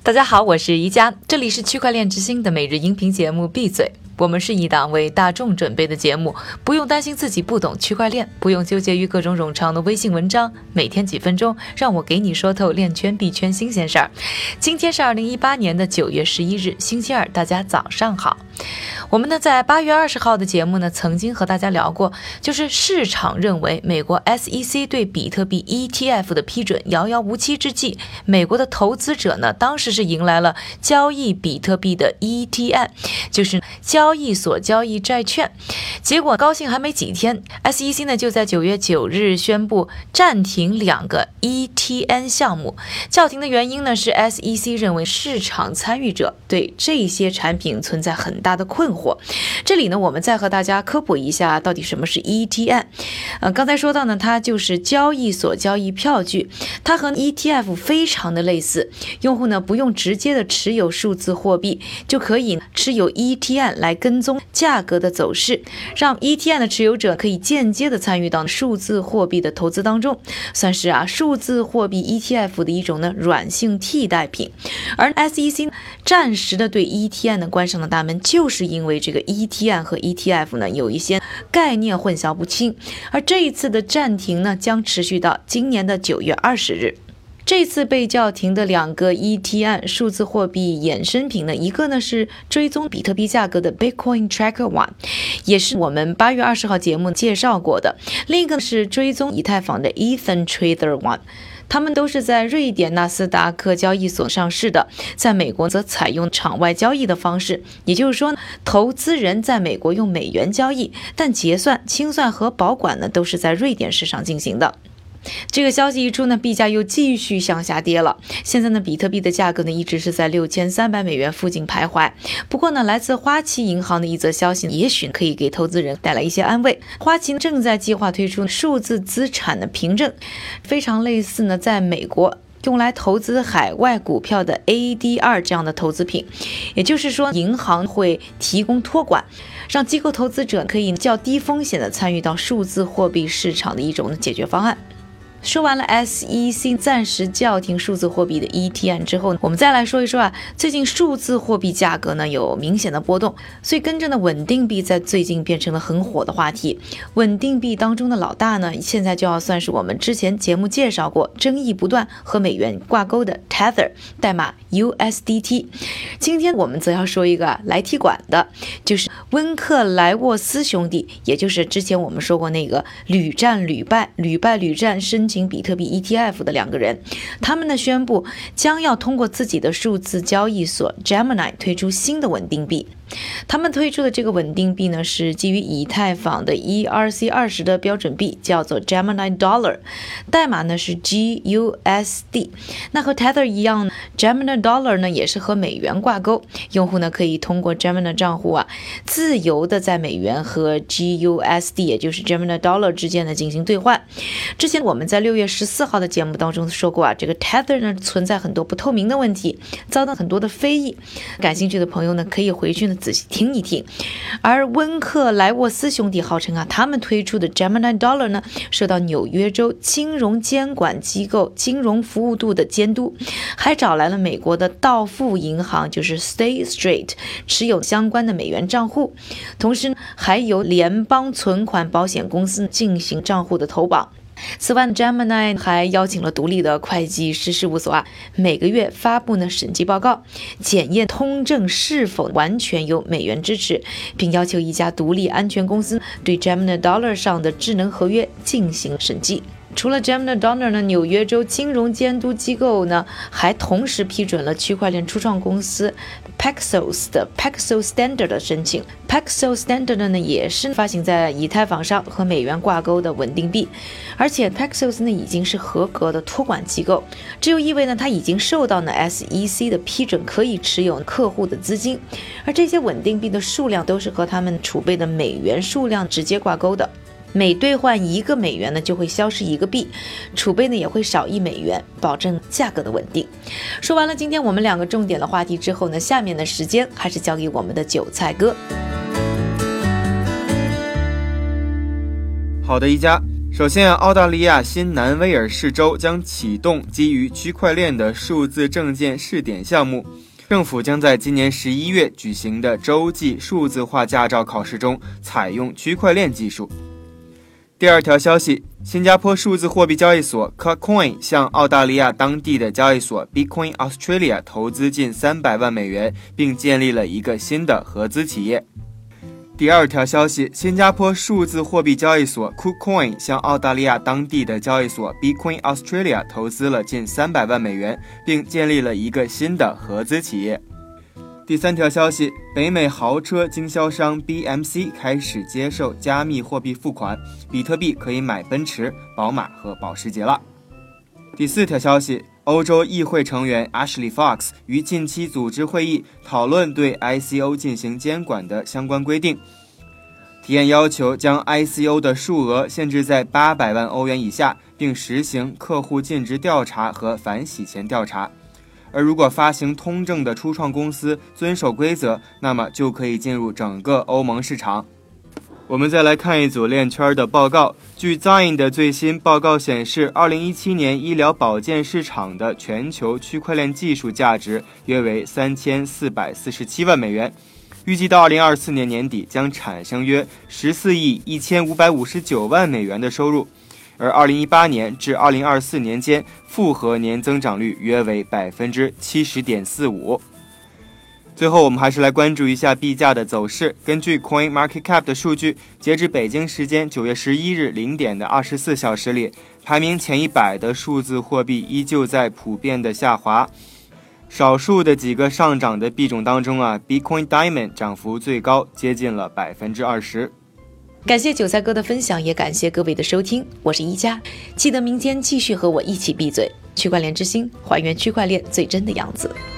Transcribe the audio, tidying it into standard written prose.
大家好，我是宜家，这里是区块链之星的每日音频节目闭嘴。我们是一档为大众准备的节目，不用担心自己不懂区块链，不用纠结于各种冗长的微信文章，每天几分钟，让我给你说透链圈币圈新鲜事儿。今天是2018年的9月11日，星期二，大家早上好。我们呢在8月20号的节目呢，曾经和大家聊过，就是市场认为美国 SEC 对比特币 ETF 的批准遥遥无期之际，美国的投资者呢，当时是迎来了交易比特币的 ETN， 就是交易所交易债券。结果高兴还没几天， SEC 呢就在9月9日宣布暂停2个 ETN 项目。叫停的原因呢是 SEC 认为市场参与者对这些产品存在很大的困惑。这里呢我们再和大家科普一下到底什么是 ETN。刚才说到呢，它就是交易所交易票据，它和 ETF 非常的类似，用户呢不用直接的持有数字货币，就可以持有 ETN 来跟踪价格的走势，让 ETN 的持有者可以间接的参与到数字货币的投资当中，算是数字货币 ETF 的一种软性替代品。而 SEC 暂时的对 ETN 的关上了大门，就是因为这个 ETN 和 ETF 呢有一些概念混淆不清，而这一次的暂停呢将持续到今年的9月20日。这次被叫停的2个 ETN 数字货币衍生品呢，一个呢是追踪比特币价格的 Bitcoin Tracker One， 也是我们8月20号节目介绍过的，另一个是追踪以太坊的 Ether Trader One。他们都是在瑞典纳斯达克交易所上市的，在美国则采用场外交易的方式，也就是说，投资人在美国用美元交易，但结算、清算和保管呢都是在瑞典市场进行的。这个消息一出呢，币价又继续向下跌了。现在呢，比特币的价格呢一直是在6300美元附近徘徊。不过呢，来自花旗银行的一则消息，也许可以给投资人带来一些安慰。花旗正在计划推出数字资产的凭证，非常类似呢，在美国用来投资海外股票的 ADR 这样的投资品，也就是说，银行会提供托管，让机构投资者可以较低风险的参与到数字货币市场的一种解决方案。说完了 SEC 暂时叫停数字货币的 ETN 之后，我们再来说一说最近数字货币价格呢有明显的波动，所以跟着呢稳定币在最近变成了很火的话题。稳定币当中的老大呢，现在就要算是我们之前节目介绍过，争议不断和美元挂钩的 Tether， 代码 USDT。今天我们则要说一个来踢馆的，就是温克莱沃斯兄弟，也就是之前我们说过那个屡战屡败申请比特币 ETF 的2个人，他们呢宣布将要通过自己的数字交易所 Gemini 推出新的稳定币。他们推出的这个稳定币呢是基于以太坊的 ERC20 的标准币，叫做 Gemini Dollar， 代码呢是 GUSD。 那和 Tether 一样， Gemini Dollar 呢也是和美元挂钩，用户呢可以通过 Gemini 账户自由的在美元和 GUSD 也就是 Gemini Dollar 之间呢进行兑换。之前我们在6月14号的节目当中说过这个 Tether 呢存在很多不透明的问题，遭到很多的非议，感兴趣的朋友呢可以回去呢仔细听一听。而温克莱沃斯兄弟号称他们推出的 Gemini Dollar 呢受到纽约州金融监管机构金融服务度的监督，还找来了美国的道富银行，就是 State Street 持有相关的美元账户，同时还由联邦存款保险公司进行账户的投保。此外 Gemini 还邀请了独立的会计师事务所每个月发布审计报告，检验通证是否完全由美元支持，并要求一家独立安全公司对 Gemini Dollar 上的智能合约进行审计。除了 Gemini Dollar 呢，纽约州金融监督机构呢还同时批准了区块链初创公司 Paxos 的 Paxos Standard 的申请。 Paxos Standard 呢也是发行在以太坊上和美元挂钩的稳定币，而且 Paxos 呢已经是合格的托管机构，这就意味呢它已经受到SEC 的批准，可以持有客户的资金，而这些稳定币的数量都是和他们储备的美元数量直接挂钩的。每兑换1个美元呢，就会消失1个币，储备呢也会少1美元，保证价格的稳定。说完了今天我们2个重点的话题之后呢，下面的时间还是交给我们的韭菜哥。 好的，一家。 首先澳大利亚新南威尔士州将启动基于区块链的数字证件试点项目，政府将在今年11月举行的州际数字化驾照考试中采用区块链技术。第二条消息，新加坡数字货币交易所 KuCoin 向澳大利亚当地的交易所 Bitcoin Australia 投资近300万美元，并建立了一个新的合资企业。第二条消息，新加坡数字货币交易所 KuCoin 向澳大利亚当地的交易所 Bitcoin Australia 投资了近300万美元，并建立了一个新的合资企业。第三条消息，北美豪车经销商 BMC 开始接受加密货币付款，比特币可以买奔驰、宝马和保时捷了。第四条消息，欧洲议会成员 Ashley Fox 于近期组织会议讨论对 ICO 进行监管的相关规定，提案要求将 ICO 的数额限制在800万欧元以下，并实行客户尽职调查和反洗钱调查。而如果发行通证的初创公司遵守规则，那么就可以进入整个欧盟市场。我们再来看一组链圈的报告。据 Zion 的最新报告显示，2017年医疗保健市场的全球区块链技术价值约为3447万美元，预计到2024年年底将产生约14亿1559万美元的收入。而2018年至2024年间复合年增长率约为 70.45%。 最后我们还是来关注一下币价的走势。根据 CoinMarketCap 的数据，截至北京时间9月11日0点的24小时里，排名前100的数字货币依旧在普遍的下滑，少数的几个上涨的币种当中Bitcoin Diamond 涨幅最高，接近了 20%。 感谢韭菜哥的分享，也感谢各位的收听，我是一加，记得明天继续和我一起闭嘴，区块链之星，还原区块链最真的样子。